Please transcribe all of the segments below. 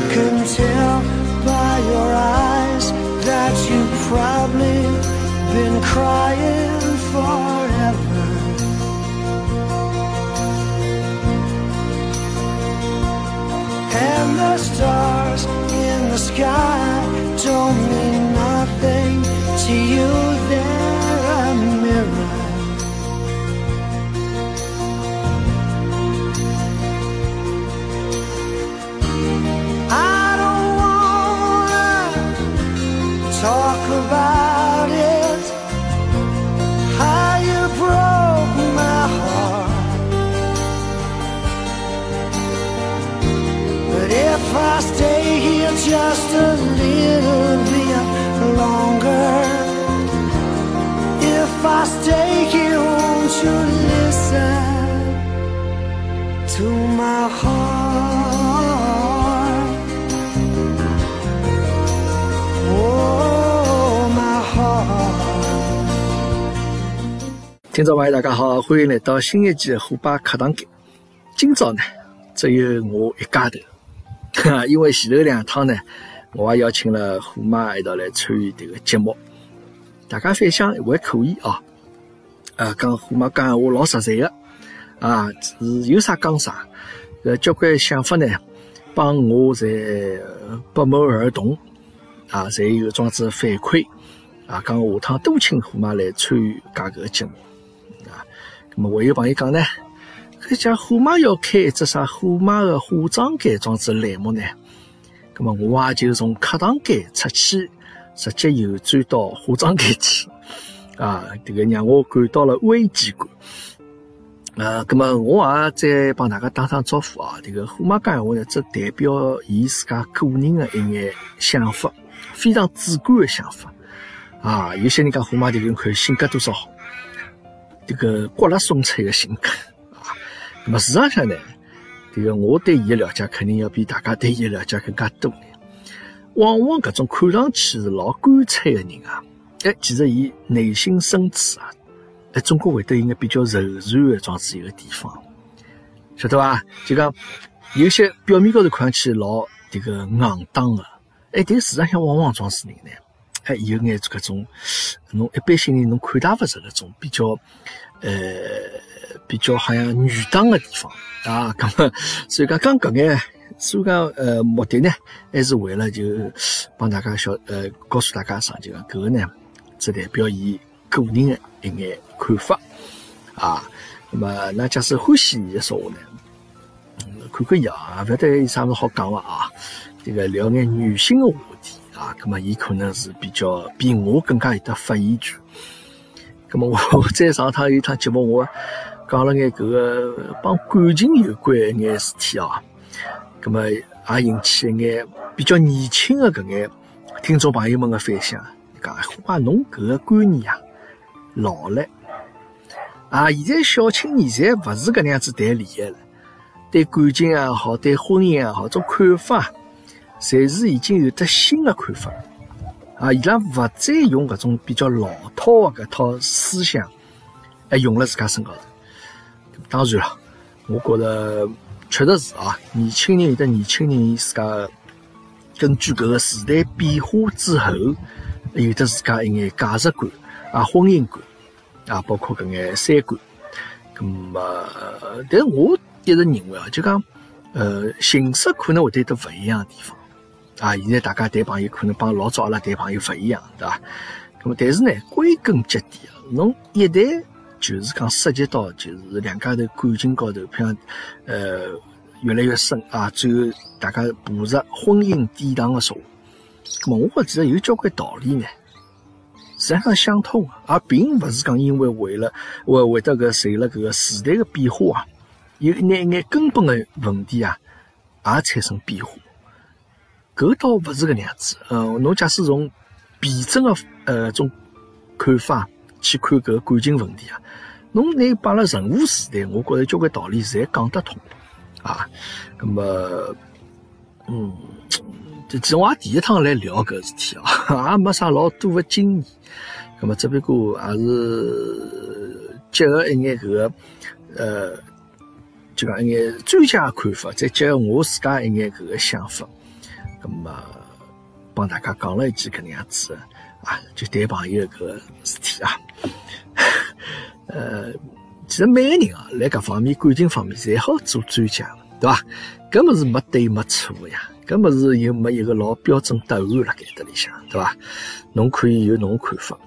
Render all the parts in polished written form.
can tell by your eyes that you've probably been crying forever. And the stars in the sky don't mean nothing to you. They're a mirror. I don't wanna talk about it, how you broke my heart. But if I stay here just a little bit longer, if I stay here, won't you listen to my heart?Oh, my heart. 听众朋友大家好，欢迎来到新一期的虎爸课堂间。今朝呢，只有我一家头，因为前头2趟呢，我也邀请了虎妈一道来参与这个节目，大家反响还可以啊。讲虎妈讲闲话老实在的啊，是有啥讲啥。交关想法呢，帮我侪不谋而同啊，侪有种子反馈啊，讲下趟多请虎妈来参与搞搿个节目啊。那么我有朋友讲呢，搿家虎妈要开一只啥虎妈的化妆间装置栏目呢？那么我也就从课堂间出去，直接游转到化妆间去啊，这个让我感到了危机感。那么我也再帮大家打声招呼啊！这个虎妈讲闲话呢，只代表伊自家个人的一眼想法，非常主观的想法啊。有些人讲虎妈这个人看性格多少好，这个刮辣松脆的性格啊。那么事实上呢，这个我对伊的了解肯定要比大家对伊的了解更加多。往往搿种看上去是老干脆的人啊，其实伊内心深处啊。总归会得有眼比较柔软的装置一个地方，晓得伐？就讲有些表面高头看上去老这个硬当的，但事实上往往装饰人呢，有眼搿种侬一般性人侬看大勿着搿种比较好像女当的地方啊。咁么，所以讲搿眼，所以讲目的呢，还是为了就帮大家告诉大家啥，就讲搿个呢，只代表伊个人的一眼看法啊。那么那假使欢喜伊的说话呢，看伊啊，勿晓得有啥物事好讲伐啊？这个聊眼女性的话题啊，那么伊可能是比我更加有得发言权。那么我在上趟有一趟节目，我讲了眼搿个帮感情有关的一眼事体啊，那么也引起一眼比较年轻的搿眼听众朋友们的反响，讲哇，侬搿个观念啊老了啊！现在小青年侪勿是搿能样子谈恋爱了，对感情也好，对婚姻也好，种看法侪是已经有得新的看法啊！伊拉勿再用搿种比较老套的搿套思想，用了自家身高头。当然了，我觉得确实是啊，年轻人有得年轻人自家根据搿个时代变化之后，有得自家一眼价值观啊、婚姻观啊，包括搿眼三观。咁么，但是我一直认为啊，就讲形式可能会得有得勿一样的地方啊。现在大家谈朋友可能帮老早阿拉谈朋友勿一样，对伐？咁么，但是呢，归根结底啊，侬一旦就是讲涉及到就是两家头感情高头，譬如越来越深啊，最后大家步入婚姻殿堂的说话，咁么我觉得其实有交关道理呢，实际上相通的，而并不是讲因为为得受了搿个时代的变化啊，有一眼根本的问题啊，也产生变化。搿倒勿是搿能样子。侬假使从辩证的种看法去看搿个感情问题啊，侬拿摆辣任何时代，我觉着交关道理侪讲得通啊。那么，其实我也第一趟来聊搿事体啊，也没啥老多的经验。那么只不过也是结合一眼搿个就讲一眼专家的看法，再结合我自家一眼搿个想法咁么帮大家讲了一记搿能样子啊，就谈朋友搿事体啊。其实每个人啊，辣搿方面感情方面，侪好做专家，对伐？搿么是没对没错呀，搿么是又没一个老标准答案辣盖搭里向，对伐？侬可以有侬看法，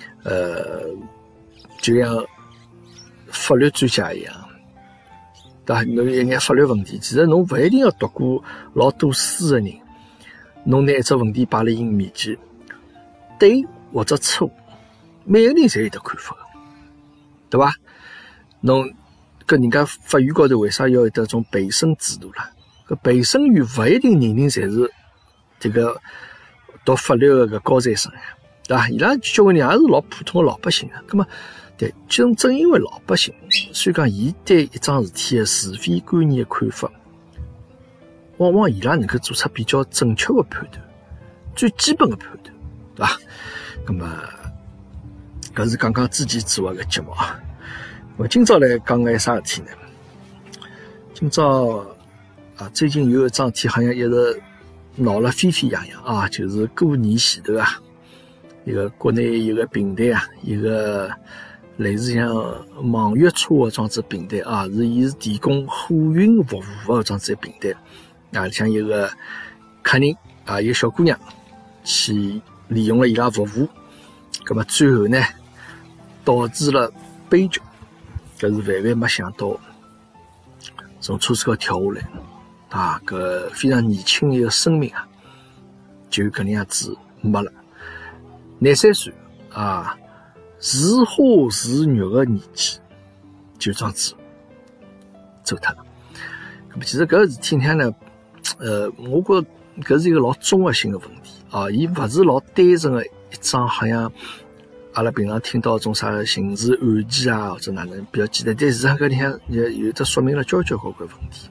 就像法律专家一样，对伐？侬有一眼法律问题，其实侬勿一定要读过老多书的人，侬拿一只问题摆辣伊面前，对或者错，每个人侪有得看法，对伐？侬搿人家法院高头为啥要有得种陪审制度啦？搿陪审员勿一定人人侪是这个读法律的搿高材生呀，对伐？伊拉交关人也是老普通的老百姓啊。葛末对，正因为老百姓，所以讲伊对一桩事体的是非观念的看法，往往伊拉能够做出比较正确的判断，最基本的判断，对伐？葛末搿是刚刚之前做的搿节目啊。我今朝来讲眼啥事体呢？今朝啊，最近有一桩事体好像一直闹了沸沸扬扬啊，就是过年前头啊，一个国内一个平台啊，一个类似像网约车的这样子平台啊，伊是提供货运服务的这样子的平台啊，像一个客人啊，一个小姑娘去利用了伊拉服务，那么最后呢，导致了悲剧。搿是万万没想到，从车子高跳下来啊，搿非常年轻的一个生命啊，就搿能样子没了。23岁啊，是花是肉的年纪，就这样子走脱了。咁其实搿事体呢，我觉着搿是一个老综合性的问题啊，伊勿是老单纯的一桩好像。阿拉平常听到种啥刑事案件啊，或者哪能比较简单，但事实上搿里向也有得说明了交关问题。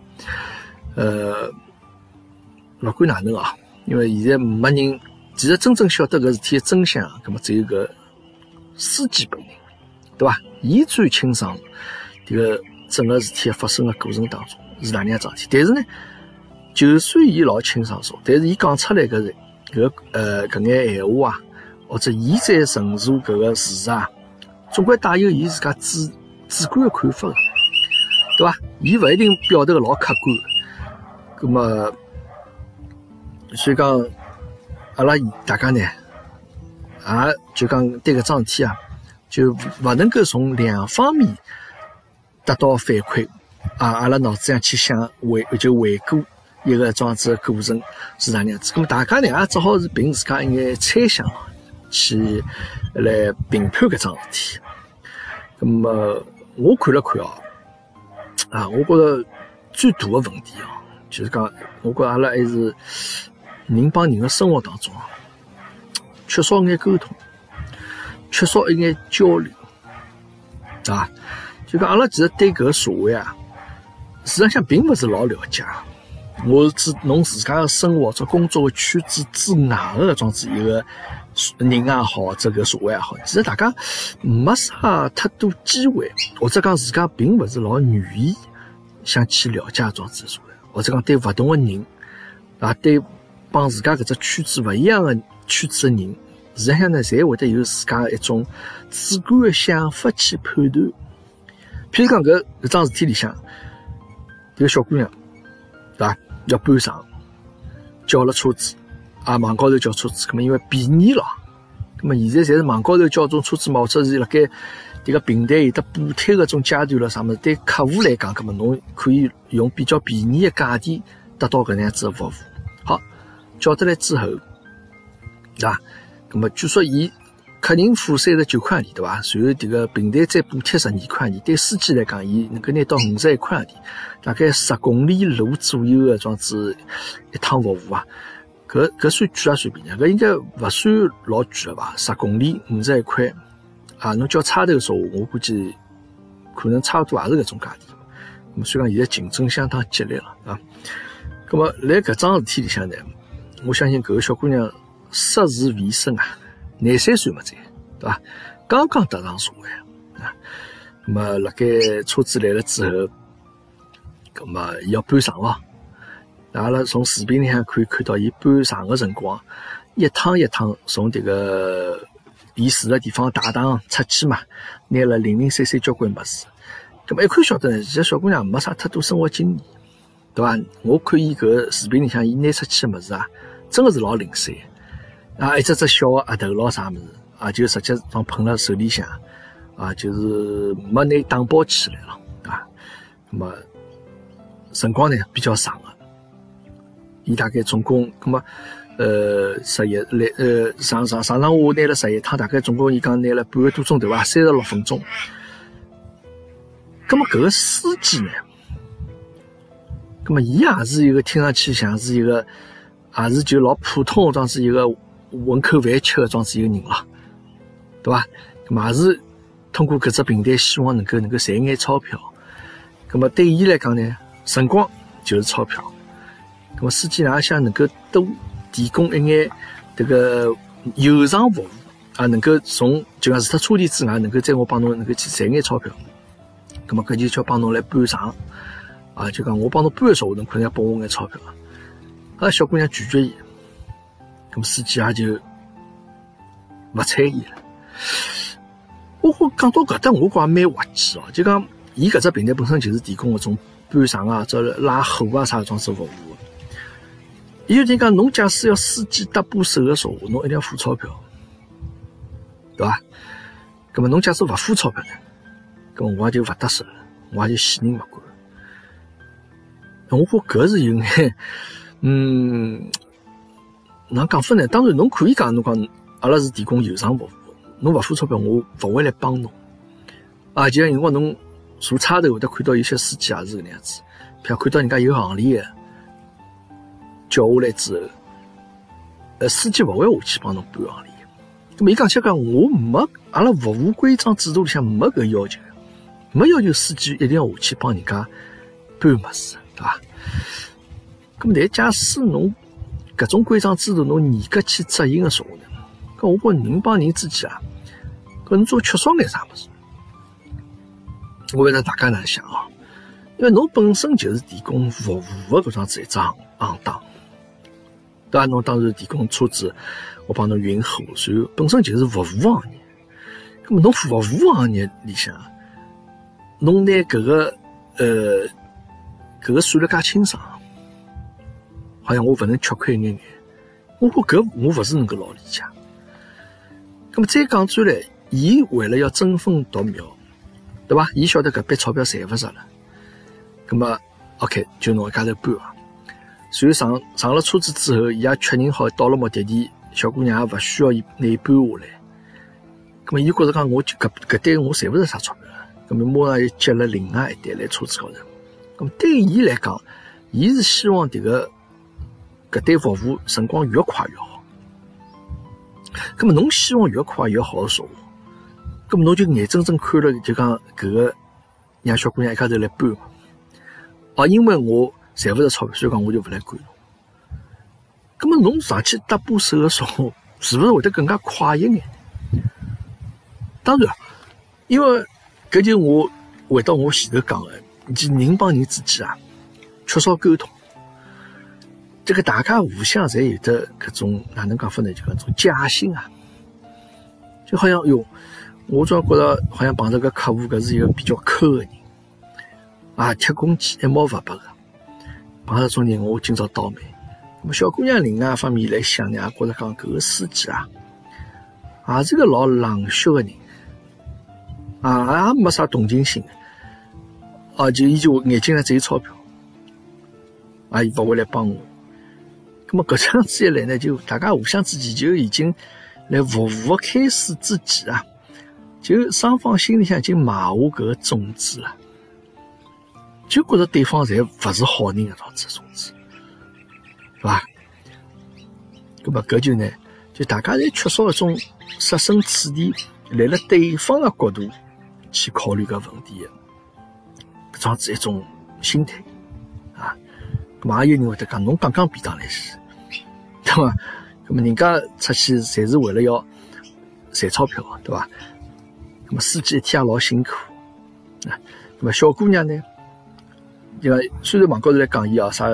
勿管哪能啊，因为现在没人，其实真正晓得搿事体的真相，葛末只有搿司机本人，对伐？伊最清爽迭个整个事体发生的过程当中是哪能样桩事体。但是呢，就算伊老清爽说，但是伊讲出来搿眼闲话啊。或者伊在陈述搿个事实啊，总归带有伊自家主观的看法的，对伐？伊勿一定表达的老客观。葛么，所以讲，阿拉大家呢，也就讲对搿桩事体啊，就勿能够从两方面得到反馈啊。阿拉脑子上去想回顾一个这样子的过程是哪能样子。葛么大家呢也只好是凭自家一眼猜想去来评判搿桩事体。那么我看了看啊，我觉着最大的问题啊，就是讲，我觉着阿拉还是人帮人的生活当中啊，缺少一眼沟通，缺少一眼交流啊。就讲阿拉其实对搿个社会啊，实际上并不是老了解。我是指侬自家的生活或者工作的圈子之外的搿种子一个人也好，这个社会也好，其实大家没啥太多机会，或者讲自家并不是老愿意想去了解搿种子社会，或者讲对勿同的人啊，对帮自家搿只圈子勿一样的圈子的人，实际上呢，侪会得有自家一种主观的想法去判断。譬如讲搿桩事体里向，这个小姑娘，对伐？要搬上，叫了车子，啊，网高头叫车子，咁么因为便宜了，咁么现在侪是网高头叫种车子嘛，或者是辣盖这个平台有得补贴的种阶段了啥么子，对客户来讲，咁么侬可以用比较便宜的价钿得到搿能样子的服务。好，叫得来之后，对伐？咁么据说伊客人付39块钿，对伐？然后这个平台再补贴12块钿，对司机来讲，伊能够拿到51块钿，大概10公里路左右的这样子一趟服务啊。搿算贵啊算便宜？搿应该勿算老贵了吧？10公里51块啊，侬叫差头说，我估计可能差不多也是搿种价钿。咁所以讲现在竞争相当激烈了啊。咁么辣搿桩事体里向呢，我相信搿个小姑娘涉世未深啊。23岁嘛，对吧？刚刚踏上社会啊，那么辣盖车子来了之后，那么要搬上了阿拉从视频里向可以看到，伊搬场个辰光，一趟一趟从迭个伊住个地方大堂出去嘛，拿了零零散散交关物事。咁么一看晓得呢，其实小姑娘没啥太多生活经验，对伐？我看伊搿视频里向伊拿出去个物事啊，真个是老零散啊，一只小个额头咯啥物事啊，就直接放捧辣手里向啊，就是没拿打包起来了啊。咁么辰光呢比较长个，伊大概总共咁么11来上下拿了11趟，大概总共伊讲拿了半个多钟头伐，36分钟。咁么搿个司机呢？咁么伊也是一个听上去像是一个，也是就老普通装是一个混口饭吃的装是一个人了，对伐？咁么也是通过搿只平台，希望能够赚眼钞票。咁么对伊来讲呢，辰光就是钞票。咁么司机也想能够多提供一眼这个有偿服务啊，能够从就讲除脱车钿之外，能够再我帮侬能够去赚眼钞票。咁么搿就叫帮侬来搬场啊，就讲我帮侬搬个时候，侬可能要拨我眼钞票。啊，小姑娘拒绝伊，咁司机也就勿睬伊了。我讲到搿搭，我觉也蛮滑稽哦，就讲伊搿只平台本身就是提供搿种搬场啊、这拉货啊啥种子服务的。伊就讲侬假使要司机搭把手个时候，侬一定要付钞票，对伐？咁么侬假使勿付钞票呢？咁我也就勿得手了，我也就死人勿管。我觉搿是有眼，哪讲法呢？当然侬可以讲，侬讲阿拉是提供有偿服务，侬勿付钞票，我勿会来帮侬。啊，就像因为侬坐差头会得看到有些司机也是搿能样子，譬如看到人家有行李个，叫下来之后，司机勿会下去帮侬搬行李。咁么伊讲起讲，我没阿拉服务规章制度里向没搿要求。没要求司机一定要下去帮人家搬物事，对伐？咁么但假使侬搿种规章制度侬严格去执行个时候呢，搿我觉人帮人之间啊，搿侬总缺少眼啥物事。我勿知道大家哪能想啊？因为侬本身就是提供服务个搿桩子一只行当，对伐？侬当然提供车子，我帮侬运货，所以本身就是服务行业。咁么侬服务行业里向，侬拿搿个算得介清爽，好像我勿能吃亏一眼眼。我觉搿我勿是能够老理解。咁么再讲转来，伊为了要争分夺秒，对伐？伊晓得搿笔钞票赚勿着了，咁么 OK 就侬一家头搬啊。所以上了车子之后，伊也确认好到了目的地，小姑娘也勿需要伊拿伊搬下来。咁么伊觉着讲，我就搿单我赚勿着啥钞票。咁么马上又接了另外一单来车子高头。咁对伊来讲，伊是希望搿单服务辰光越快越好。咁么侬希望越快越好的时候，咁么侬就眼睁睁看了就讲搿个让小姑娘一家头来搬。因为我赚勿着钞票，所以讲我就勿来管。咁么侬上去搭把手的时候，是勿是会得更加快一眼？当然，因为搿就我回到我前头讲的，就人帮人之间啊，缺少沟通。这个大家互相侪有的搿种哪能讲法呢？就搿种假性啊，就好像哟，我总觉着好像碰着个客户，搿是一个比较抠的人啊，贴公鸡一毛勿拔个。碰着种人，我今朝倒霉。那么小姑娘另外一方面来想呢，也觉着讲搿个司机啊，也是个老冷血的人。也没啥同情心就伊就眼睛里只有钞票伊勿会来帮我。那么搿样子一来呢，就大家互相之间就已经来服务开始之前啊，就双方心里向已经埋下搿个种子了，就觉着对方侪勿是好人搿种子，对伐？那么搿就呢，就大家侪缺少一种设身处地来了对方的角度去考虑搿问题的这样子一种心态咁嘛也有人会得讲，侬讲便当来西，对伐？咁么人家出去侪是为了要赚钞票，对伐？咁么司机一天也老辛苦咁么小姑娘呢，对伐？虽然网高头来讲伊啥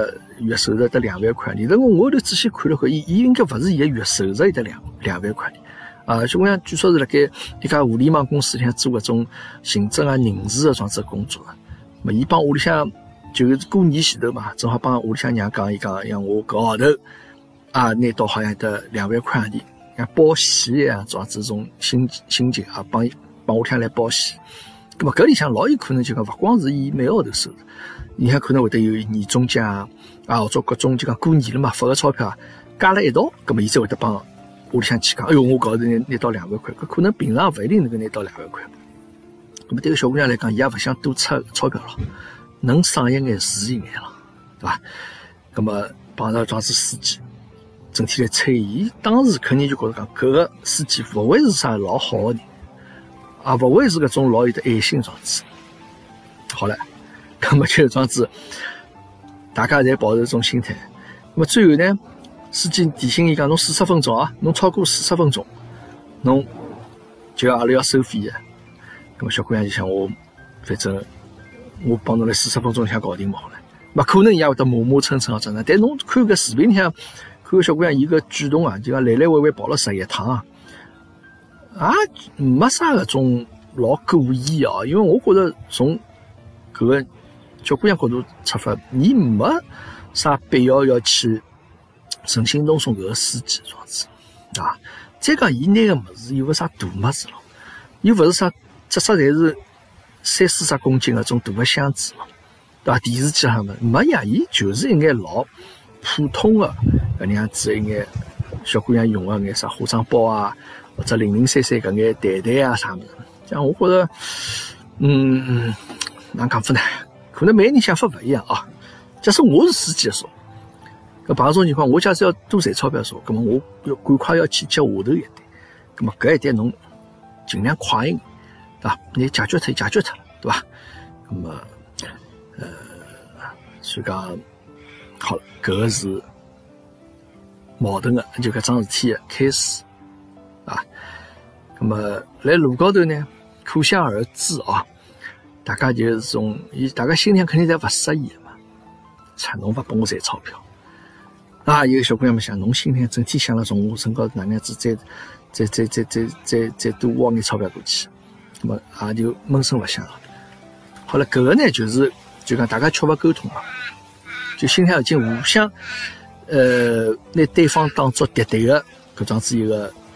月收入得2万块钿，但我后头仔细看了看，伊应该勿是伊个月收入有得2万块钿。小姑娘据说是辣盖一家互联网公司里向做搿种行政啊、人事的这样子工作。伊帮屋里向就是过年前头嘛，正好帮屋里向娘讲，伊讲让我搿号头拿到好像得2万块钿，像保险啊这样子种心情啊，帮屋里向来保险。咁么搿里向老有可能就讲勿光是伊每个号头收入，你还可能会得有年终奖或者各种就讲过年了嘛发个钞票加了一道，咁么伊才会得帮屋里向去讲，哎哟，我搿号头拿到2万块，搿可能平常勿一定能够拿到2万块。咁么对个小姑娘来讲，伊也勿想多出钞票了，能省一眼是一眼了，对伐？咁么碰到这样子司机，整天来催伊，当时肯定就觉得讲，搿个司机勿会是啥老好个人，勿会是搿种老有得爱心这样子。好了，咁么就这样子，大家侪抱着这种心态。咁么最后呢，司机提醒伊讲，侬40分钟侬超过40分钟，侬就阿拉要收费的。咁么小姑娘就想，反正我帮侬来40分钟里向搞定嘛好了。勿可能伊也会得磨磨蹭蹭真的，但侬看搿视频里向，看搿小姑娘伊个举动就讲来来回回跑了11趟没啥搿种老故意因为我觉得从搿个小姑娘角度出发，你没啥必要要去存心弄送搿个司机这样子再讲伊拿个物事又勿是啥大物事咯，又勿是啥只侪是30-40公斤个种大个箱子嘛，对伐？电视机啥物没呀，伊就是一眼老普通个搿能样子一眼小姑娘用个眼啥化妆包或者零零散散搿眼袋啥物事。像我觉着哪讲法呢？可能每个人想法勿一样假使我是司机的时候，搿碰到种情况，我假使要多赚钞票的时候，葛末我要赶快要去接下头一单，葛末搿一单侬尽量快一点，对伐？你解决脱，对伐？葛末所以讲好了，搿个是矛盾的，就搿桩事体的开始葛末来路高头呢，可想而知大家就是从大家心里肯定侪勿适意的嘛，侬勿帮我赚钞票有个小姑娘们想，侬心里整天想了从我身高头哪能样子再多挖眼钞票过去，那么也就闷声勿响了。好了，搿个呢就讲大家缺乏沟通就心里已经互相拿对方当作敌对的搿种子一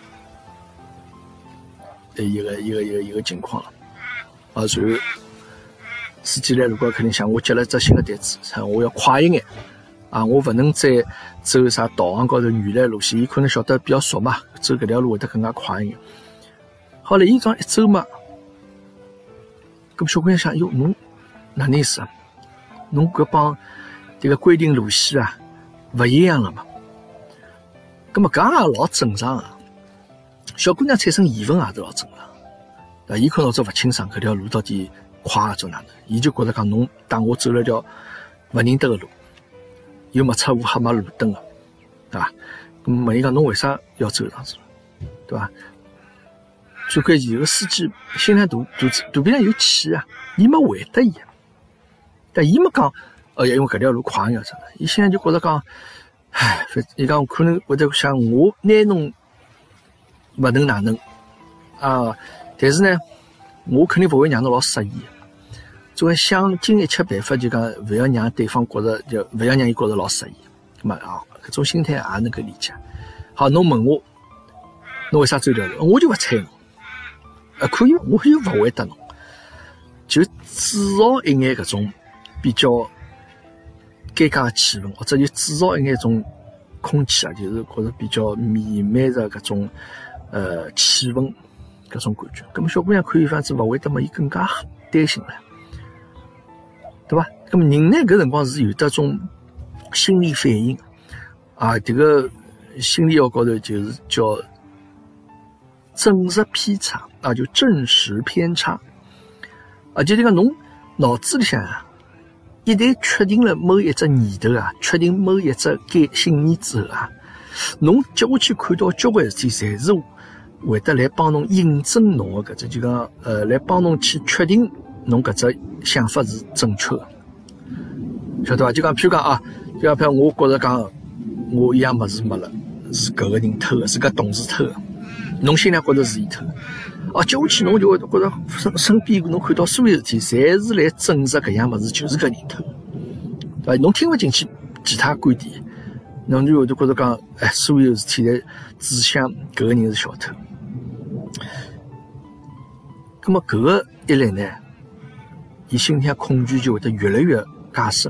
个情况了然后司机来路高肯定想，我接了只新的单子，我要快一眼我勿能再走啥导航高头原来路线，伊可能晓得比较熟嘛，走搿条路会得更加快一眼。好了，伊这样一走嘛，搿么小姑娘想，哟，侬哪能意思侬搿帮这个规定路线勿一样了嘛？搿么搿也老正常小姑娘产生疑问也是老正常伊可能老早勿清爽搿条路到底快做哪能，伊就觉得讲侬带我走了条勿认得个路，又没出河没路灯个，对伐？咁么问伊讲侬为啥要走上子，对伐？最关键个司机心里肚皮上有气伊没回答伊，但伊没讲因为搿条路快要啥，伊心里就觉得讲，伊讲可能会得想我拿侬勿能哪能但是呢，我肯定勿会让侬老适意。总会想尽一切办法，就讲勿要让对方觉着，就勿要让伊觉着老适意。咁么搿种心态也能够理解。好，侬问我，侬为啥走条路？我就勿睬侬。可以，我又勿回答侬，就制造一眼搿种比较尴尬的气氛，或者就制造一眼种空气就是觉着比较弥漫着搿种气氛搿种感觉。咁么小姑娘看伊反正勿回答嘛，伊更加担心了。对吧？那么人呢？搿辰光是有得种心理反应这个心理学高头就是叫正实偏差就正实偏差就是讲侬脑子里向一旦确定了某一只念头确定某一只信念之后侬接下去看到交关事体，侪是会得来帮侬印证侬个搿只，就讲来帮侬去确定侬搿只想法是正确的，晓得伐？就讲譬如讲就譬如我觉着讲，我一样物事没了，是搿个人偷的，是搿同事偷的，侬心里觉着是伊偷的。哦，接下去侬就会觉着身边侬看到所有事体，侪是来证实搿样物事就是搿人偷的，对伐？侬听勿进去其他观点，侬就会得觉着讲，哎，所有事体侪指向搿个人是小偷。那么搿个一来呢，伊心里向恐惧就会得越来越加深，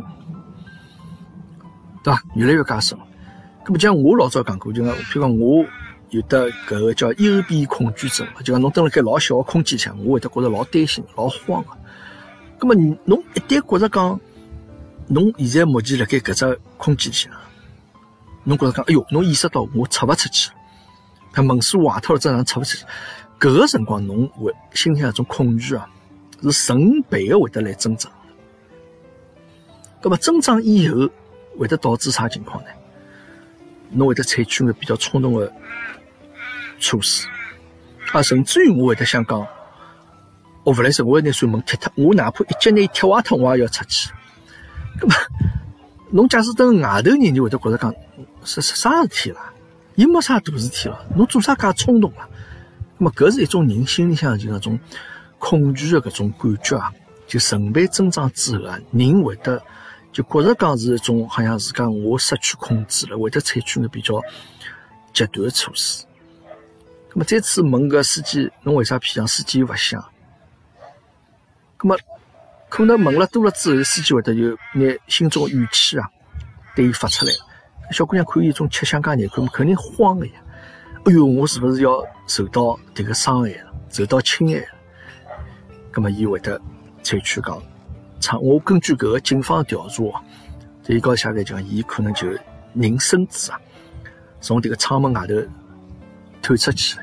对伐？越来越加深。那么像我老早讲过，就讲譬如讲我有的搿个叫幽闭恐惧症，就讲侬蹲辣盖老小个空间里向，我会得觉着老担心、老慌个。那么侬一旦觉着讲，侬现在目前辣盖搿只空间里向，侬觉着讲，哎哟，侬意识到我出勿出去，像门锁坏脱了，正常出勿出去。搿个辰光，侬会心里向一种恐惧啊，是成倍个会得来增长。那么增长以后，会得导致啥情况呢？侬会得采取个比较冲动个措施，啊，甚至于我会得想讲，我勿来塞，我要拿扇门踢脱，我哪怕一脚拿伊踢坏脱，我也要出去。那么，侬假使蹲外头人就会得觉着讲，啥事体啦？伊没啥大事体了，侬做啥介冲动啦？那么搿是一种人心里向就搿种恐惧的搿种感觉啊，就成倍增长之后啊，人会得就觉着讲是一种好像是讲我失去控制了，会得采取个比较极端的措施。那么再次问搿司机，侬为啥偏向？司机又勿响。那么可能问了多了之后，司机会得就拿心中的怨气啊，对伊发出来。小姑娘看伊种吃相介难看，肯定慌个呀。哎哟，我是不是要受到这个伤害了，受到侵害了？那么伊会得采取讲，我根据搿个警方调查，就伊高头写个讲，伊可能就人身子啊，从这个窗门外头探出去。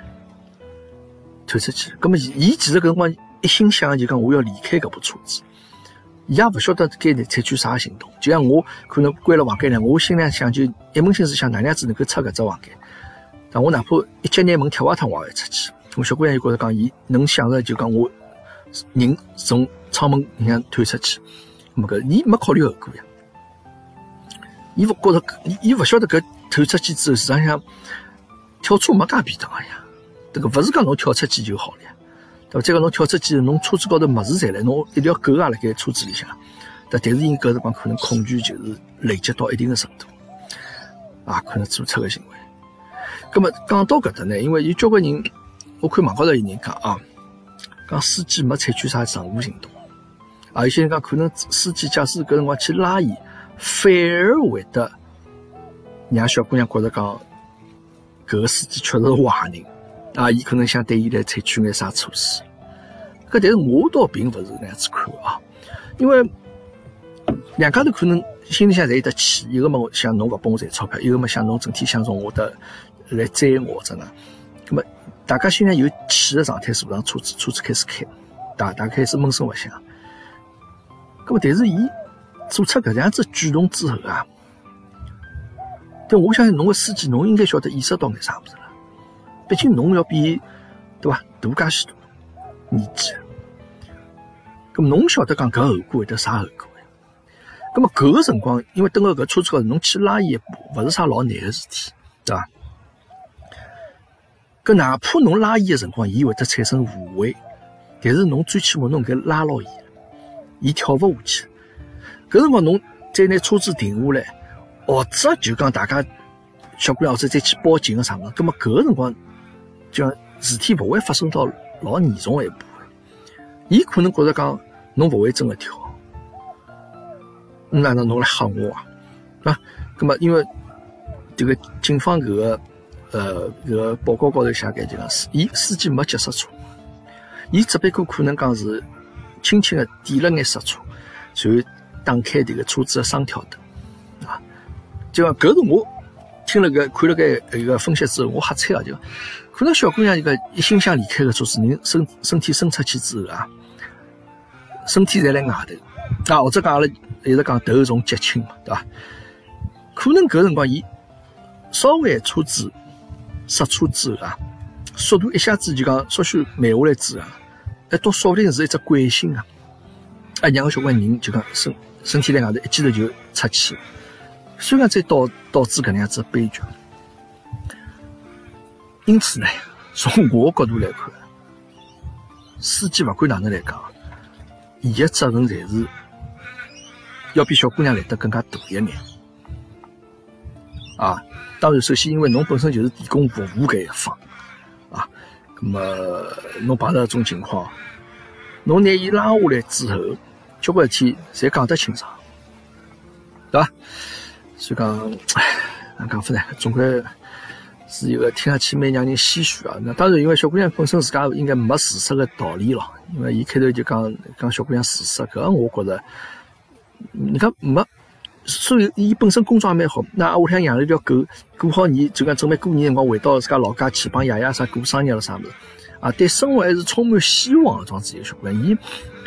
那么伊其实搿辰光一心想就讲我要离开搿部车子，伊也勿晓得该采取啥行动。就像我可能关了房间呢，我心里想就一门心思想哪能样子能够出搿只房间。但我哪怕一脚拿门踢坏脱，我也要出去。我小姑娘就觉着讲，伊能想着就讲我人从窗门里向推出去，那么伊没考虑后果呀。伊勿觉着，伊勿晓得搿推出去之后，实际上跳车没介便当呀。这个勿是讲侬跳出去就好了呀，对伐？再讲侬跳出去，侬车子高头物事侪来，侬一条狗也辣盖车子里向。但是伊搿辰光可能恐惧就是累积到一定的程度，啊，可能做出个行为。那么讲到搿搭呢，因为有交关人，我看网高头有人讲啊，讲司机没采取啥任何行动，啊，有些人讲可能司机假使搿辰光去拉伊，反而会得让小姑娘觉着讲，搿个司机确实是坏人，啊，伊可能想对伊来采取眼啥措施。搿但是我倒并勿是那样子看啊，因为两家头可能心里向侪有得气，一个嘛想侬勿帮我赚钞票，一个嘛想侬整天想从我的来追我着呢。那么大家心里有气的状态，坐上车子开始开，大家开始闷声勿响。那么但是伊做出搿样子举动之后啊，但我相信侬个司机，侬应该晓得意识到眼啥物事了。毕竟侬要比对伐大介许多年纪，咁侬晓得讲搿后果会得啥后果？咁么搿个辰光，因为蹲辣搿车子高头，侬去拉伊一把，勿是啥老难个事体，对伐？搿哪怕侬拉伊个辰光，伊会得产生误会，但是侬最起码侬搿拉牢伊，伊跳勿下去。搿辰光侬再拿车子停下来，或者就讲大家小姑娘或者再去报警个啥物事，搿么搿个辰光就讲事体勿会发生到老严重个一步。伊可能觉着讲侬勿会真个跳。哪能侬来吓我啊？啊，那么因为这个警方搿个报告高头写个就讲，伊司机没急刹车，伊只不过可能讲是轻轻的点了眼刹车，然后打开这个车子的双跳灯，啊，就讲搿是我听了个看了个一个分析之后，我瞎猜啊，就可能小姑娘一个一心想离开个车子，人身体伸出去之后啊，身体侪辣外头啊，或者讲阿拉一直讲头重脚轻嘛，对伐？可能搿辰光伊稍微车子刹车之后啊，速度一下子就讲稍许慢下来之后啊，倒说不定是一只惯性啊，让个小姑娘人就讲身体辣外头一记头就出去， 所以讲才导致搿能样子的悲剧。因此呢，从我角度来看，司机勿管哪能来讲，伊的责任侪是要比小姑娘来得更加大一眼。啊，当然，首先因为侬本身就是提供服务搿一方，啊，那么侬碰到这种情况，侬拿伊拉下来之后，交关事体侪讲得清爽，对伐？所以讲，哪讲法呢？总归是一个听上去蛮让人唏嘘啊。那当然，因为小姑娘本身自家应该没自杀的道理咯，因为伊开头就讲小姑娘自杀，搿我觉着，你看没。所以，伊本身工作也蛮好。那屋里向养了一条狗，过好年就讲准备过年辰光回到自家老家去帮爷爷啥过生日了啥物事啊，对生活还是充满希望的。这样子一个小姑娘，伊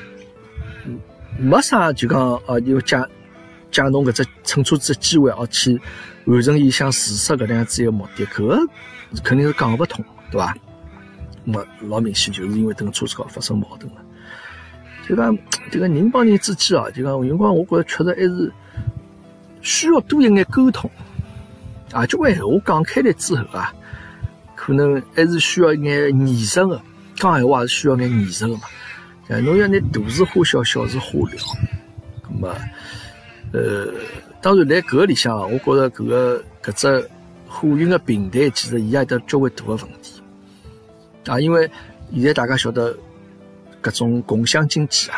没啥就讲有借侬搿只乘车子的机会去完成伊想自杀搿能样子一个目的，搿个肯定是讲勿通，对伐？那么老明显就是因为等车子高发生矛盾了。就讲这个人帮人之间就讲有辰光我觉着确实还是需要多一眼沟通啊，交关闲话讲开来之后可能还是需要一眼艺术的，讲闲话也是需要眼艺术的嘛。侬要拿大事化小，小事化了。那么，当然来搿个里向，我觉着搿只货运的平台，其实伊也得交关大的问题啊，因为现在大家晓得搿种共享经济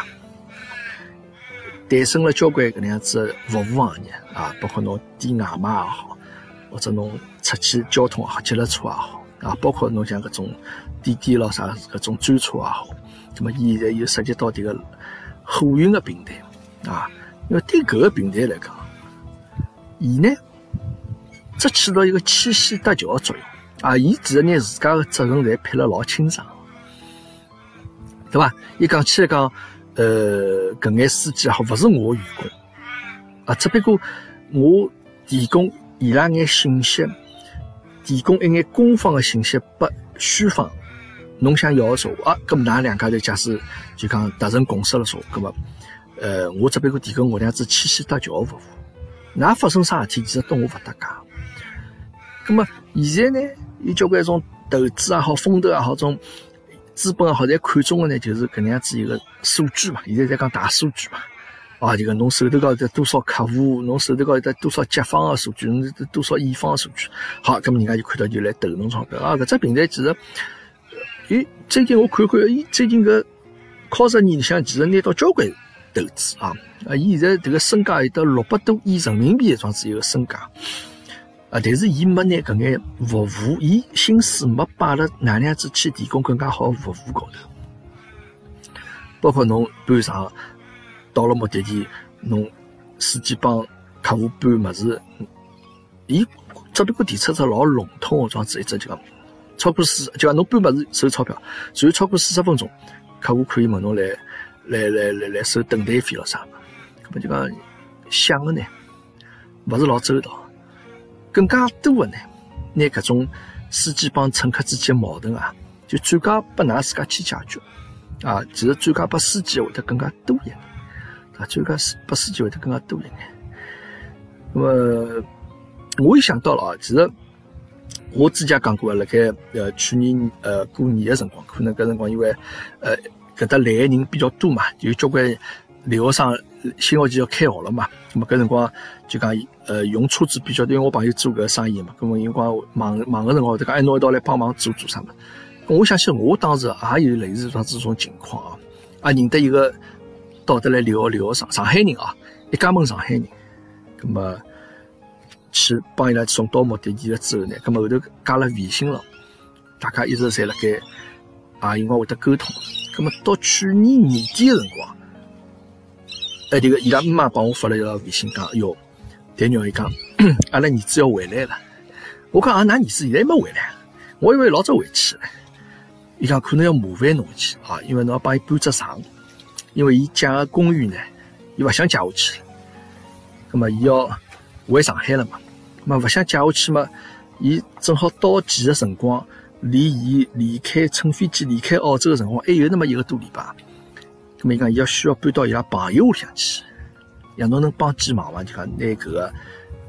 诞生了交关搿能样子的服务行业包括侬点外卖也好，或者侬出去交通也好，接了车也好包括侬像搿种滴滴咯啥搿种专车也好，那么伊现在又涉及到迭个货运的平台因为对搿个平台来讲，伊呢只起到一个牵线搭桥的作用伊其实拿自家的责任侪撇了老清爽，对伐？伊讲起来讲搿眼司机也好，勿是我员工只不过我提供伊拉眼信息，提供一眼官方的信息拨宣方，侬想要的说搿么㑚两家头假使就讲达成共识了说，搿么我只不过提供我两只牵线搭桥的服务，㑚发生啥事体其实跟我勿搭界。搿么现在呢，有交关种投资也好，风投也好，种资本也好，侪看中的呢，就是搿能样子一个数据嘛。现在在讲大数据嘛，这个侬手头高头多少客户，侬手头高头多少甲方的数据，侬多少乙方的数据。好，搿么人家就看到就来投侬钞票搿只平台其实，最近我看看，最近搿靠10年里向，其实拿到交关投资伊现在这个身价有得600多亿人民币的这样子一个身价。但是伊没拿搿眼服务，伊心思没摆辣哪能样子去提供更加好的服务高头。包括侬搬上到了目的地，侬司机帮客户搬物事，伊只不过提出只老笼统的这样子一只就讲，超过就讲侬搬物事收钞票，然后超过40分钟，客户可以问侬来收等待费了啥嘛？搿么就讲想的呢，勿是老周到。更加多的呢，拿搿种司机帮乘客之间的矛盾就转嫁拨㑚自家去解决其实转嫁拨司机会得更加多一点转嫁拨司机会得更加多一点。那么我也想到了其实我之前讲过辣盖去年过年的辰光，可能搿辰光因为搿搭来的人比较多嘛，有交关留学生新学期要开学了嘛，那么搿辰光就讲用车子比较多，因为我朋友做搿生意嘛，搿么有辰光忙个辰光，就讲侬一道来帮忙做啥么？我想起我当时也有类似这种情况认得一个到得来留学生，上海人一家门上海人，搿么去帮伊拉送到目的地了之后呢，搿么后头加了微信了，大家一直侪辣盖有辰光会得沟通，搿么到去年年底的辰光。这个伊拉妈帮我发了一条微信讲，哟，谭鸟伊讲，阿拉儿子要回来了。我讲㑚儿子现在还没回来，我以为老早回去了。伊讲可能要麻烦侬去因为侬要帮伊搬只床，因为伊借个公寓呢，伊勿想借下去，咁么伊要回上海了嘛，咁么勿想借下去嘛，伊正好到期的辰光，离伊乘飞机离开澳洲的辰光还有那么1个多礼拜。咁么伊讲伊需要搬到伊拉朋友屋里向去，侬能帮几忙伐？就讲拿搿个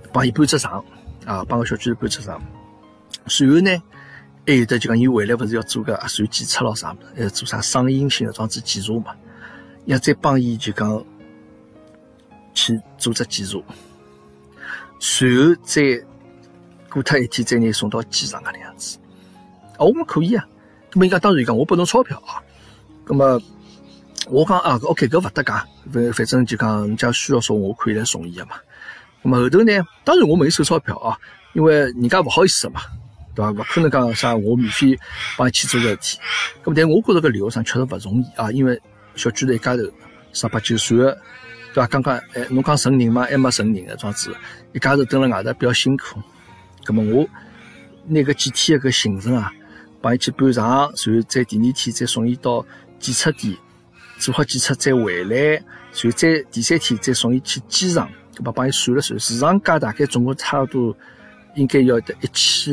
帮伊搬只床啊，帮个小区头搬只床。随后呢，还有的就讲伊回来勿是要做个核酸检测咯啥物事，做啥双阴性的装置检查嘛，要再帮伊就讲去做只检查，随后再过脱一天再拿伊送到机场个样子。我讲可以啊，咁么伊讲当然讲我拨侬钞票啊，咁么我讲啊 ，OK 搿勿搭界，反正就讲人家需要送我可以来送伊个嘛。咁么后头呢，当然我没收钞票啊，因为人家勿好意思嘛，对伐？勿可能讲啥我免费帮伊去做个事体。咁但我觉着搿流程确实勿容易啊，因为小区头一家头18、19岁个，对伐？刚刚侬讲成人嘛，还没成人个装置，一家头蹲辣外头比较辛苦。咁么我拿搿几天个搿行程啊，帮伊去搬床，然后再第二天再送伊到检测点做好检测再回来，然后再第3天再送伊去机场，咁么帮伊算了算，市场价大概总共差不多应该要得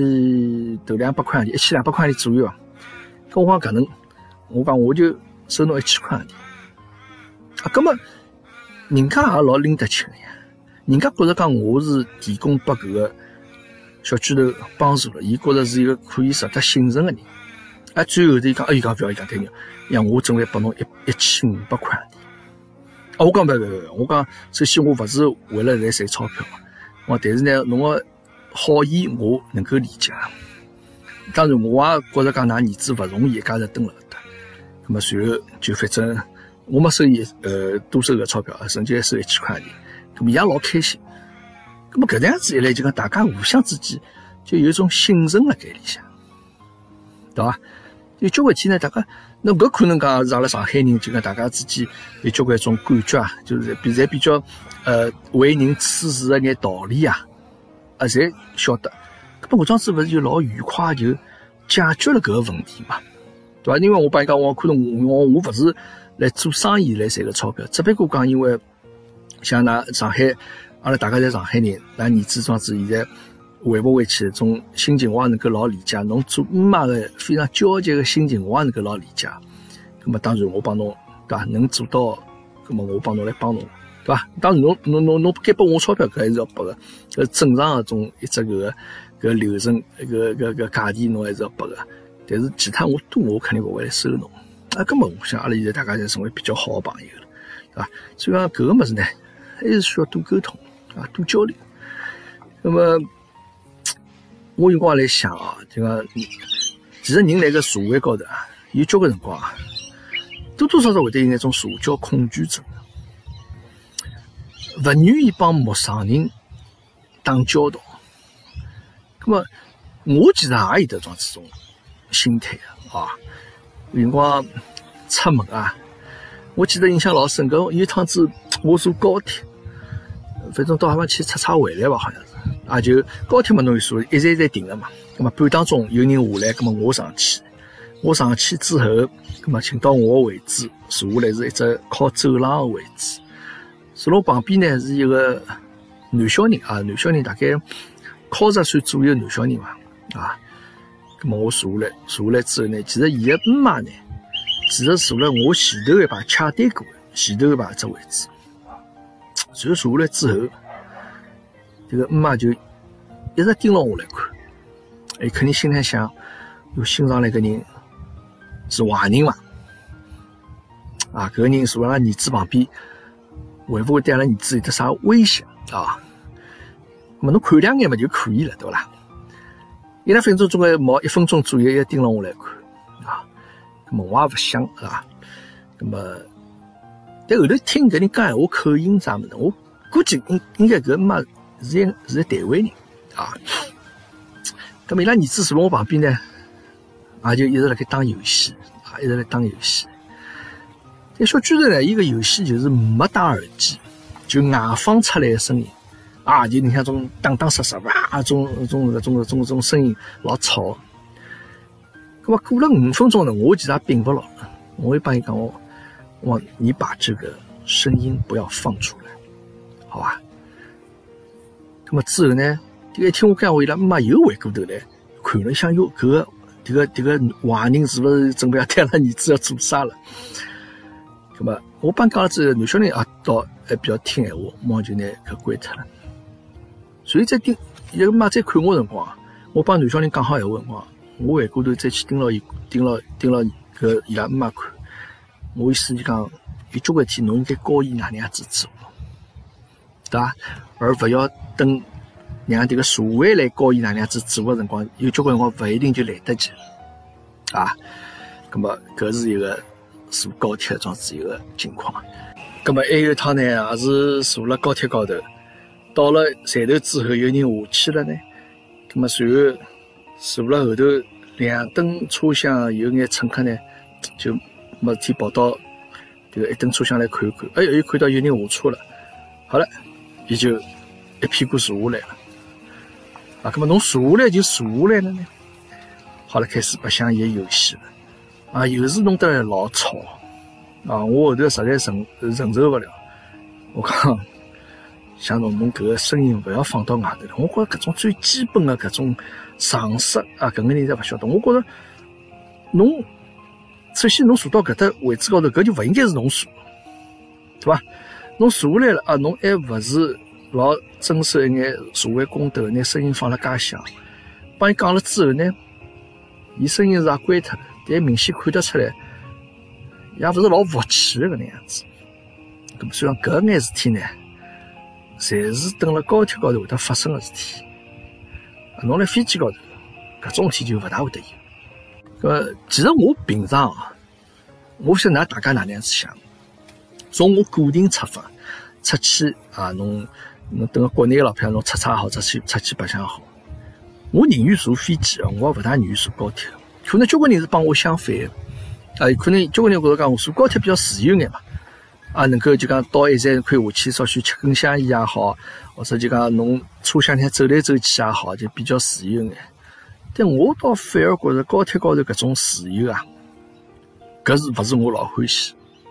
1000头200块钿，1200块钿左右啊。咁我讲搿能，我讲我就收侬1000块钿啊。咁么人家也老拎得清呀，人家觉着讲我是提供拨搿个小区头帮助了，伊觉着是一个可以值得信任个人。啊，最后头伊讲，伊讲不要，伊讲对牛，让我准备拨侬1500块钿。啊，我讲不，我讲首先我勿是为了来赚钞票，我但是呢，侬个好意我能够理解。当然我也觉着讲，㑚儿子勿容易，一家头蹲辣搿搭。那么随后就反正我没收伊多收个钞票，甚至还收1000块钿。那么伊也老开心。那么搿能样子一来，就讲大家互相之间就有一种信任辣盖里向，对伐？有交关天呢，大家那搿可能讲是阿拉上海人，就讲大家之间有交关种感觉啊，就是比较为人处事的眼道理啊，侪晓得。搿么搿桩子勿是就老愉快就解决了搿个问题嘛，对伐？因为我帮伊讲，我可能我勿是来做生意来赚个钞票，只不过讲因为像㑚上海，阿拉大家侪上海人，㑚儿子桩子现在回不回去，种心情我也能够老理解。侬做妈的非常焦急的心情，我也能够老理解。那么当然我帮侬，对伐？能做到，那么我帮侬来帮侬，对伐？当然侬该拨我钞票，搿还是要拨个，搿正常的种一只搿流程，搿价钿侬还是要拨个。但是其他我肯定勿会来收侬。啊，根本我想阿拉现在大家侪成为比较好的朋友了，对伐？所以讲搿个物事呢，还是需要多沟通啊，多交流。那么我有辰光来想啊，就讲其实人辣搿社会高头啊，有交关辰光啊，多多少少会得有那种社交恐惧症，勿愿意帮陌生人打交道。那么我其实也有得种这种心态啊，有辰光出门啊，我记得印象老深刻，有一趟子我坐高铁，反正到海边去出差回来吧，好像是。啊，就高铁嘛，侬有说一站停了嘛，那么半当中有人下来，那么我上去之后，那么请到我的位置，坐下来是一只靠走廊的位置，坐我旁边呢是一个男小人啊，男小人大概靠10岁左右男小人嘛，啊，那么我坐下来之后呢，其实伊的妈呢，其实坐了我前头一排恰对过前头一排只位置，然后坐下来之后。这个妈就一直盯牢我来看，伊肯定心里想，有欣赏那个人是坏人嘛？啊，搿个人坐辣拉儿子旁边，会不会对阿拉儿子有得啥威胁啊？那么侬看2眼嘛就可以了，对不啦？伊拉反正总归毛1分钟左右，一直盯牢我来看啊。那么我也勿想啊。那么，但后头听搿人讲闲话口音啥物事，我估计应该搿妈。是台湾人啊，咁么伊拉儿子坐辣我旁边呢，也就一直辣盖打游戏啊，一直辣打游戏。但小区头呢，伊个游戏就是没戴耳机，就外放出来的声音啊，就你像种打打杀杀哇，种声音老吵。咁么过了5分钟呢，我其实也并不牢，我会帮伊讲我你把这个声音不要放出来，好吧？那么之后呢，这个一听我讲话，伊拉妈又回过头来看了，想哟，这个坏人是不是准备要对阿拉儿子要做啥了？那么我帮讲了之后，男小人啊，倒还比较听闲话，马上就拿搿关脱了。 所以再盯一个妈再看我辰光，我帮男小人讲好闲话辰光，我回过头再去盯牢搿伊拉妈看，我意思就讲，有交关天侬应该教伊哪能样子做，对伐？而勿要等让迭个社会来教伊哪能样子做个辰光，有交关辰光勿一定就来得及啊。咁么搿是一个坐高铁搿种子一个情况。咁么还有一趟呢，也是坐辣高铁高头，到了站头之后，有人下去了呢。咁么随后坐辣后头两等车厢有眼乘客呢，就没事体跑到这个一等车厢来看一看，哎，又看到有人下车了，好了，伊就一屁股坐下来了。啊，咁么侬坐下来就坐下来了呢，好了，开始白相伊个游戏了。啊，又是弄得来老吵啊！我后头实在承受不了，我讲像侬搿个声音勿要放到外头了。我觉着搿种最基本的搿种常识啊，搿个人侪勿晓得。我觉着侬首先侬坐到搿搭位置高头，搿就勿应该是侬坐，对伐？侬坐下来了啊，侬还勿是老遵守一眼社会公德，拿声音放了介响，帮伊讲了之后呢，伊声音是也关脱了。但明显看得出来，也勿是老服气的搿能样子。咁么，虽然搿眼事体呢，侪是等辣高铁高头会得发生的事体。侬辣飞机高头，搿种事体就勿大会得有。其实我平常啊，我勿晓得大家哪能样子想。从我个人出发，出去啊，侬等个国内老票，侬出差好，出去白相好，我宁愿坐飞机啊，我也勿大愿意坐高铁。可能交关人是帮我相反的，啊，可能交关人觉得讲我坐高铁比较自由眼嘛，啊，能够就讲到一站可以下去稍许吃根香烟也好，或者就讲侬车厢里走来走去也好，就比较自由眼。但我倒反而觉得高铁高头搿种自由啊，搿是勿是我老欢喜？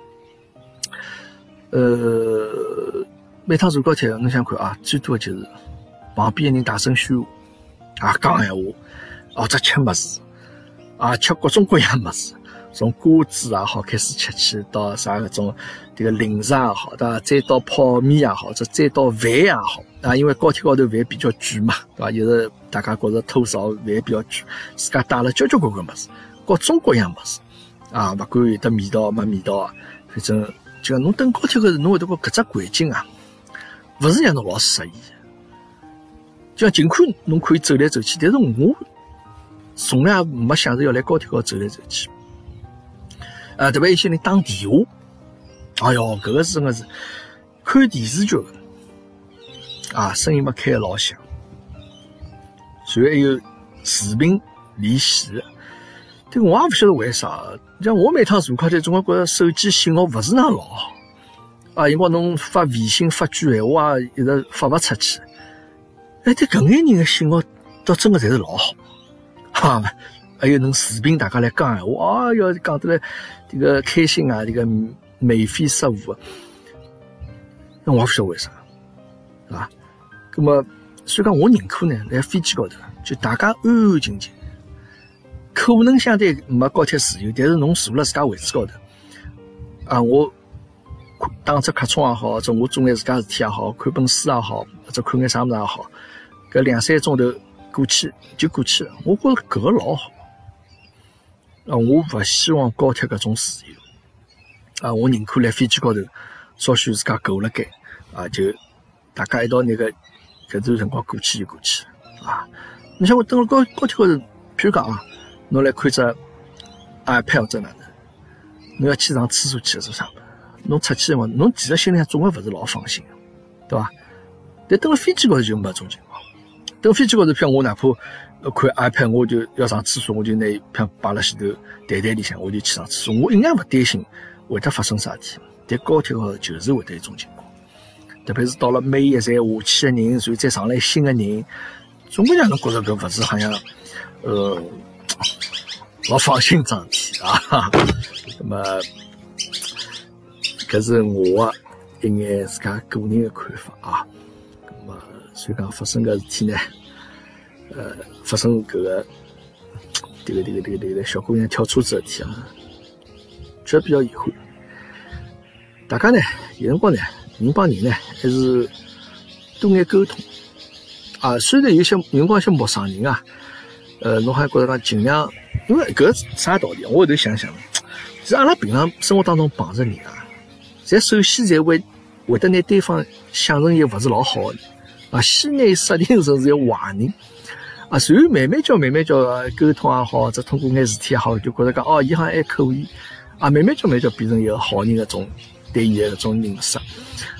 每趟坐高铁，侬想看啊，最多就是旁边的人大声喧哗，啊，讲闲话，或者吃物事。啊，吃各种各样物事，从瓜子也好开始吃起，到啥搿种这个零食也好，对伐？再到泡面也好，再到饭也好啊，因为高铁高头饭比较贵嘛，对伐？有时大家觉着偷少饭比较贵，自家带了交交关关物事，各种各样物事啊，勿管有得味道没味道啊，反正就讲侬等高铁高头，侬会得觉搿只环境啊，勿是让侬老适意，就像尽管侬可以走来走去，但是我从来没想着要来高铁高走来走去，特别一些人打电话，哎哟，搿个真的是看电视剧啊，声音没开得老响，随后还有视频连线的，但我也勿晓得为啥，像我每趟坐高铁，总归觉着手机信号勿是那老好，啊，因为侬发微信发句闲话啊，一直发勿出去，但搿眼人的信号倒真的侪是老好。哈，还有侬视频大家来讲闲话，哟，讲得来这个开心啊，这个眉飞色舞啊，那我也不晓得为啥，是吧？那么，所以讲我宁可呢，来飞机高头，就大家安安静静，可能相对没高铁自由，但是侬坐辣自家位置高头，啊，我打只客窗也好，或者我做眼自家事体也好，看本书也好，或者看眼啥物事也好，搿2-3钟头。过去就过去了，我觉着搿个老好啊！我勿希望高铁搿种自由啊！我宁可来飞机高头，稍许自家够了该啊，就大家一道那个搿段辰光过去就过去了啊！你像我登了高铁高头，譬如讲啊，侬来看只 iPad 或者哪能，侬要去上厕所去做啥物事？侬出去嘛，侬其实心里总归勿是老放心，对伐？但登了飞机高头就没种情况。等飞机高头，譬如我哪怕看 iPad， 我就要上厕所，我就拿伊譬如摆辣前头台里向，我就去上厕所，我一眼勿担心会得发生啥事体。但高铁高头就是会得一种情况，特别是到了每一站下去的人，然后再上来新的人，总归让侬觉着搿勿是好像老放心桩事体啊。那么搿是我一眼自家个人的看法啊。那么所以讲发生个事体呢，发生搿个小姑娘跳车子的事体啊，觉得比较遗憾。大家呢有辰光呢，人帮人呢还是多眼沟通啊，虽然有辰光些陌生人啊，侬还觉得讲尽量，因为搿啥道理？我后头想想，其实阿拉平常生活当中碰着人啊，侪首先侪会得拿对方想成一个勿是老好的人啊，先拿伊设定成是一个坏人啊，随后慢慢叫沟通也好，或者通过眼事体也好，就觉得讲哦，伊好像还可以啊，慢慢叫变成一个好人的种对伊的搿种认识。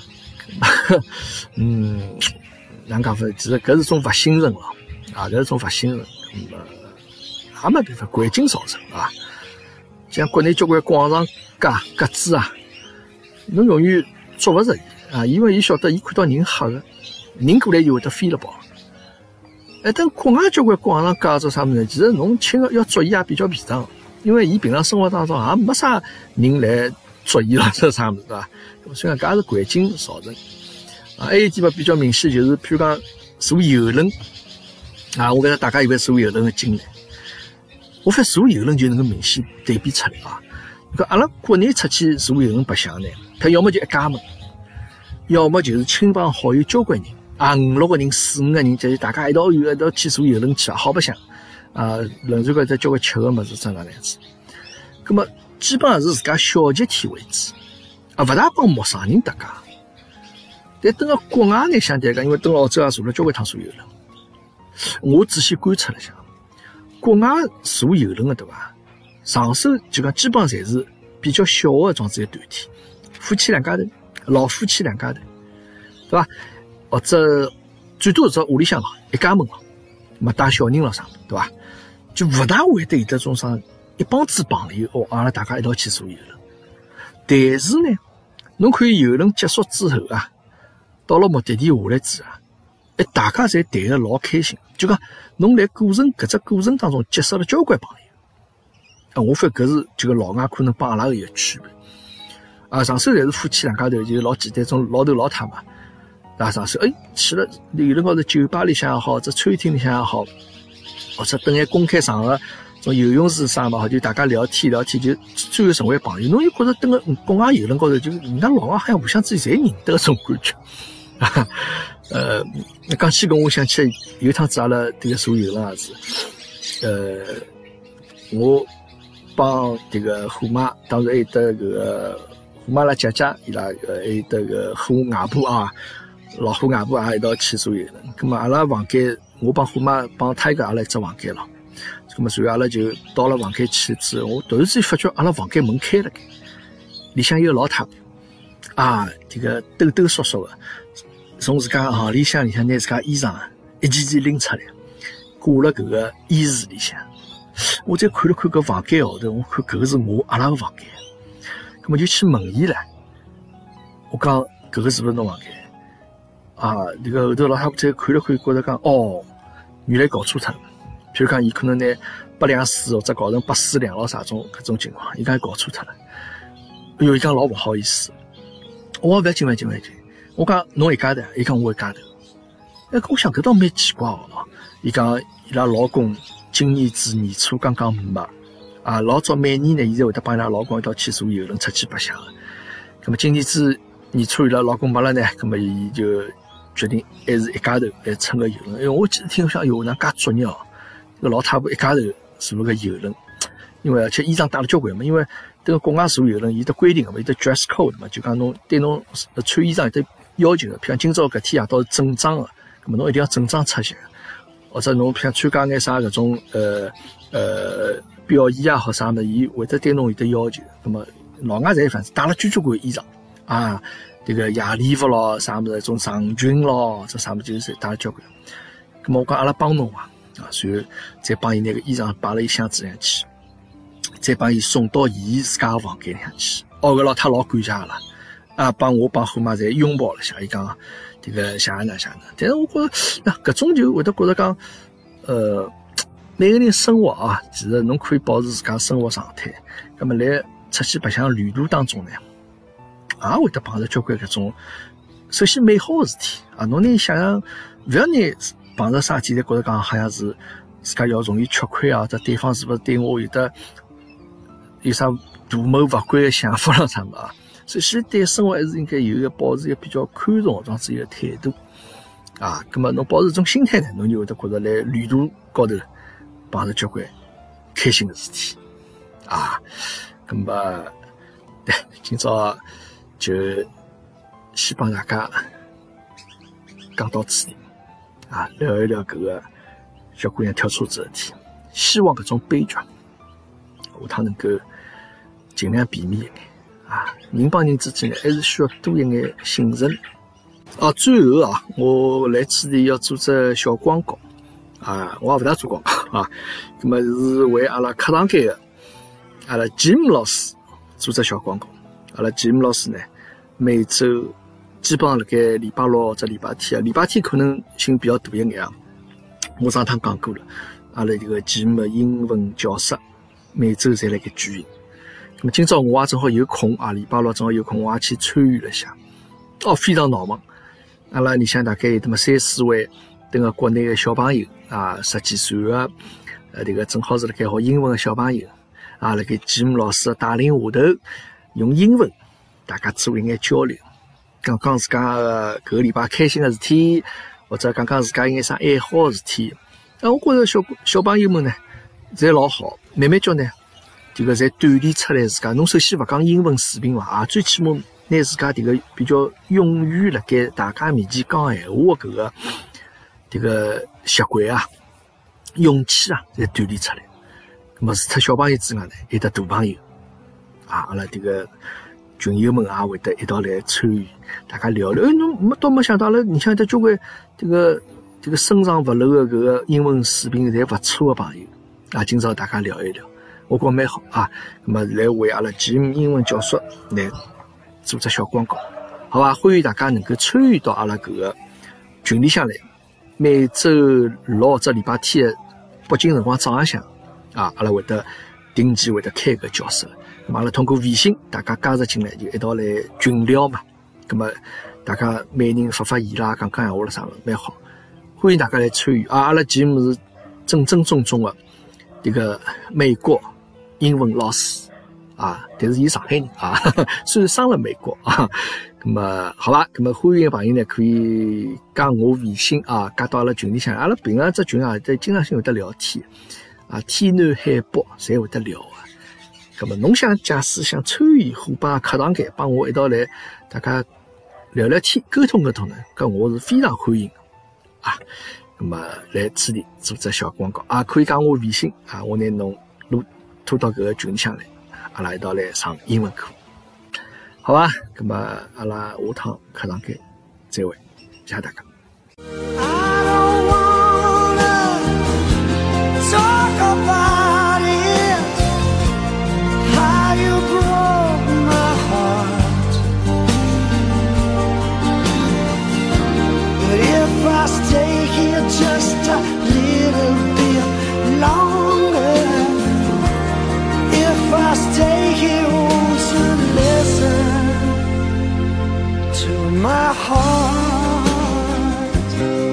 哪讲法？其实搿是种勿信任了啊，搿是种勿信任。也没办法，环境造成啊。像国内交关广场格子啊，侬永远捉勿着伊啊，因为伊晓得伊看到人黑个，人过来就会得飞了跑。但国外交关广场格子啥物事，其实侬轻个要捉伊也比较便当，因为伊平常生活当中也没啥人来捉伊了，这啥物事对伐？所以讲搿也是环境造成。还有一点比较明显，就是譬如讲坐游轮啊，我觉得大家有没坐游轮的经历？我发现坐游轮就能够明显对比出来啊。搿阿拉国内出去坐游轮白相呢，他要么就一家门，要么就是亲朋好友交关人啊，5-6个人、4-5个人，就是大家一道去坐游轮去啊，好白相啊，轮船高头交关吃个物事，这样子。葛么基本上是自家小集体为主啊，勿大帮陌生人搭界。但等到国外呢，相对来讲，因为等澳洲也坐了交关趟坐游轮，我仔细观察了一下，国外坐游轮的对伐？上手就讲基本上侪是比较小的这样子一团体，夫妻2家头，老夫妻2家头，对伐？或者最多是屋里向一家门没带小人了啥，对伐？就勿大会得有得种啥一帮子朋友阿拉大家一道去坐游轮。但是呢，侬看游轮结束之后啊。到了目的地下来之啊，大家侪谈得老开心，就讲侬来搿只过程当中结识了交关朋友啊，我发觉搿是这个老外可能帮阿拉个一个区别啊。上手侪是夫妻2家头，就老简单，种老头老太嘛啊，上手去了游轮高头酒吧里向也好，或者餐厅里向也好，或者等眼公开场合，种游泳池啥嘛好，就大家聊天，就最后成为朋友。侬就觉着等个国外游轮高头，就人家老外好像互相之间侪认得搿种感觉。讲起搿我想起有趟子阿拉迭个坐游轮也是，我帮迭个虎妈，当时还有得搿个虎妈拉姐姐伊拉还有得个虎外婆啊，老虎外婆也一道去坐游轮。葛末阿拉房间，我帮虎妈帮他一个阿拉一只房间了。葛末随后阿拉就到了房间去之后，我突然之间发觉阿拉房间门开了开，里向有个老太婆啊，迭个抖抖嗦嗦的。从自家行李箱里向拿自家衣裳一件拎出来，挂了搿个衣橱里向。我再看了看搿房间号头，我看搿个是阿拉个房间，葛末就去问伊唻。我讲搿个是勿是侬房间啊？迭个后头老太婆再看了看，觉着讲哦，原来搞错脱了。譬如讲，伊可能拿8两水或者搞成8-4两咯啥种搿种情况，伊讲搞错脱了。哎哟，伊讲老勿好意思。我勿要紧。我讲侬一家头，伊讲我一家头。我想搿倒蛮奇怪哦。伊讲伊拉老公今年子年初刚刚没啊，老早每年呢，伊侪会得帮伊拉老公一道去坐游轮出去白相的。咁么今年子年初伊拉老公没了呢，咁么伊就决定还是一家头来乘个游轮。我记得听想哟，哪介作孽哦！搿老太婆一家头坐个游轮，因为而且衣裳带了交关嘛，因为迭个国外坐游轮有得规定个嘛，有得 dress code 嘛，就讲侬对侬穿衣裳有得要求的，譬如今朝搿天夜到是正装的，咁么侬一定要正装出席，或者侬譬如参加眼啥搿种表演也好啥物事，伊会得对侬有得要求。咁么老外侪反正带了交关衣裳啊，迭个夜礼服咯，啥物事种长裙咯，这啥物事就是带了交关。咁么我讲阿拉帮侬啊，随后再帮伊拿个衣裳摆了伊箱子里向去，再帮伊送到伊自家个房间里向去。搿老太老感谢啦。啊，帮我帮虎妈侪拥抱了下，伊讲这个谢哪。但是我觉着，搿种就会得觉着讲，每个人生活啊，其实侬可以保持自家生活状态。那么来出去白相旅途当中呢，也会得碰着交关搿种，首先美好的事体啊，侬拿想象，勿要拿碰着啥事体，侪觉着讲好像是自家要容易吃亏啊，或者对方是勿是对我有啥图谋勿轨的想法了啥么啊？首先对生活还是应该有一个保持一个比较宽容这样子一个态度啊，咁么侬保持一种心态呢，侬就会得觉着来旅途高头碰着交关开心的事体啊。咁么，今朝就先帮大家讲到此地啊，聊一聊搿个小姑娘跳车子的事体。希望搿种悲剧下趟能够尽量避免一眼啊。人帮人之间呢，还是需要多一眼信任。最后啊，我来此地要做只小广告啊，我也勿大做广告啊，那么是为阿拉课堂间的阿拉吉姆老师做只小广告。阿拉吉姆老师呢，每周基本上辣盖礼拜六或者礼拜天啊，礼拜天可能性比较大一眼啊。我上趟讲过了，阿拉这个吉姆的英文教室每周侪辣盖举行。那么今朝我也正好有空啊，礼拜六正好有空，我也去参与了一下。非常闹忙。阿拉里向大概有那么3-4位等个国内的小朋友啊，10几岁的这个正好是辣盖学英文的小朋友啊，辣盖吉姆老师的带领下头，用英文大家做一眼交流，讲讲自家搿个礼拜开心的事体，或者讲讲自家有眼啥爱好的事体。我觉着小朋友们呢，侪老好，慢慢叫呢，这个侪锻炼出来自家。侬首先勿讲英文水平伐，最起码拿自家这个比较勇于辣盖大家面前讲闲话的搿个这个习惯啊、勇气啊，侪锻炼出来。那么除脱小朋友之外呢，还有大朋友啊，阿拉这个群友们也会得一道来参与，大家聊聊。侬倒没想到了，你像得交关这个深藏不露的搿个英文水平侪勿错的朋友啊，今朝大家聊一聊，我觉蛮好啊。那么来为阿拉吉姆英文教室来做只小广告，好吧？欢迎大家能够参与到阿拉搿个群里向来。每周六或者礼拜天的北京辰光早浪向啊，阿拉会得定期会得开个教室。那么阿拉通过微信大家加入进来，就一道来群聊嘛。那么大家每人发言啦，讲讲闲话啦啥个，蛮好。欢迎大家来参与啊！阿拉节目是正正宗宗的这个美国英文老师啊，但是伊上海人啊，虽然生了美国啊，那么好吧，那么欢迎的朋友呢可以加我微信啊，加到阿拉群里向，阿拉平常只群啊，在经常性会得聊天啊，天南海北侪会得聊啊。那么侬想假使想参与伙伴课堂间，帮我一道来大家聊聊天，沟通沟通呢，搿我是非常欢迎啊。那么来此地做只小广告啊，可以加我微信啊，我拿侬拖到搿个群里向来。阿拉一道来上英文课，好吧？那么阿拉下趟课堂间再会，谢谢大家。 My heart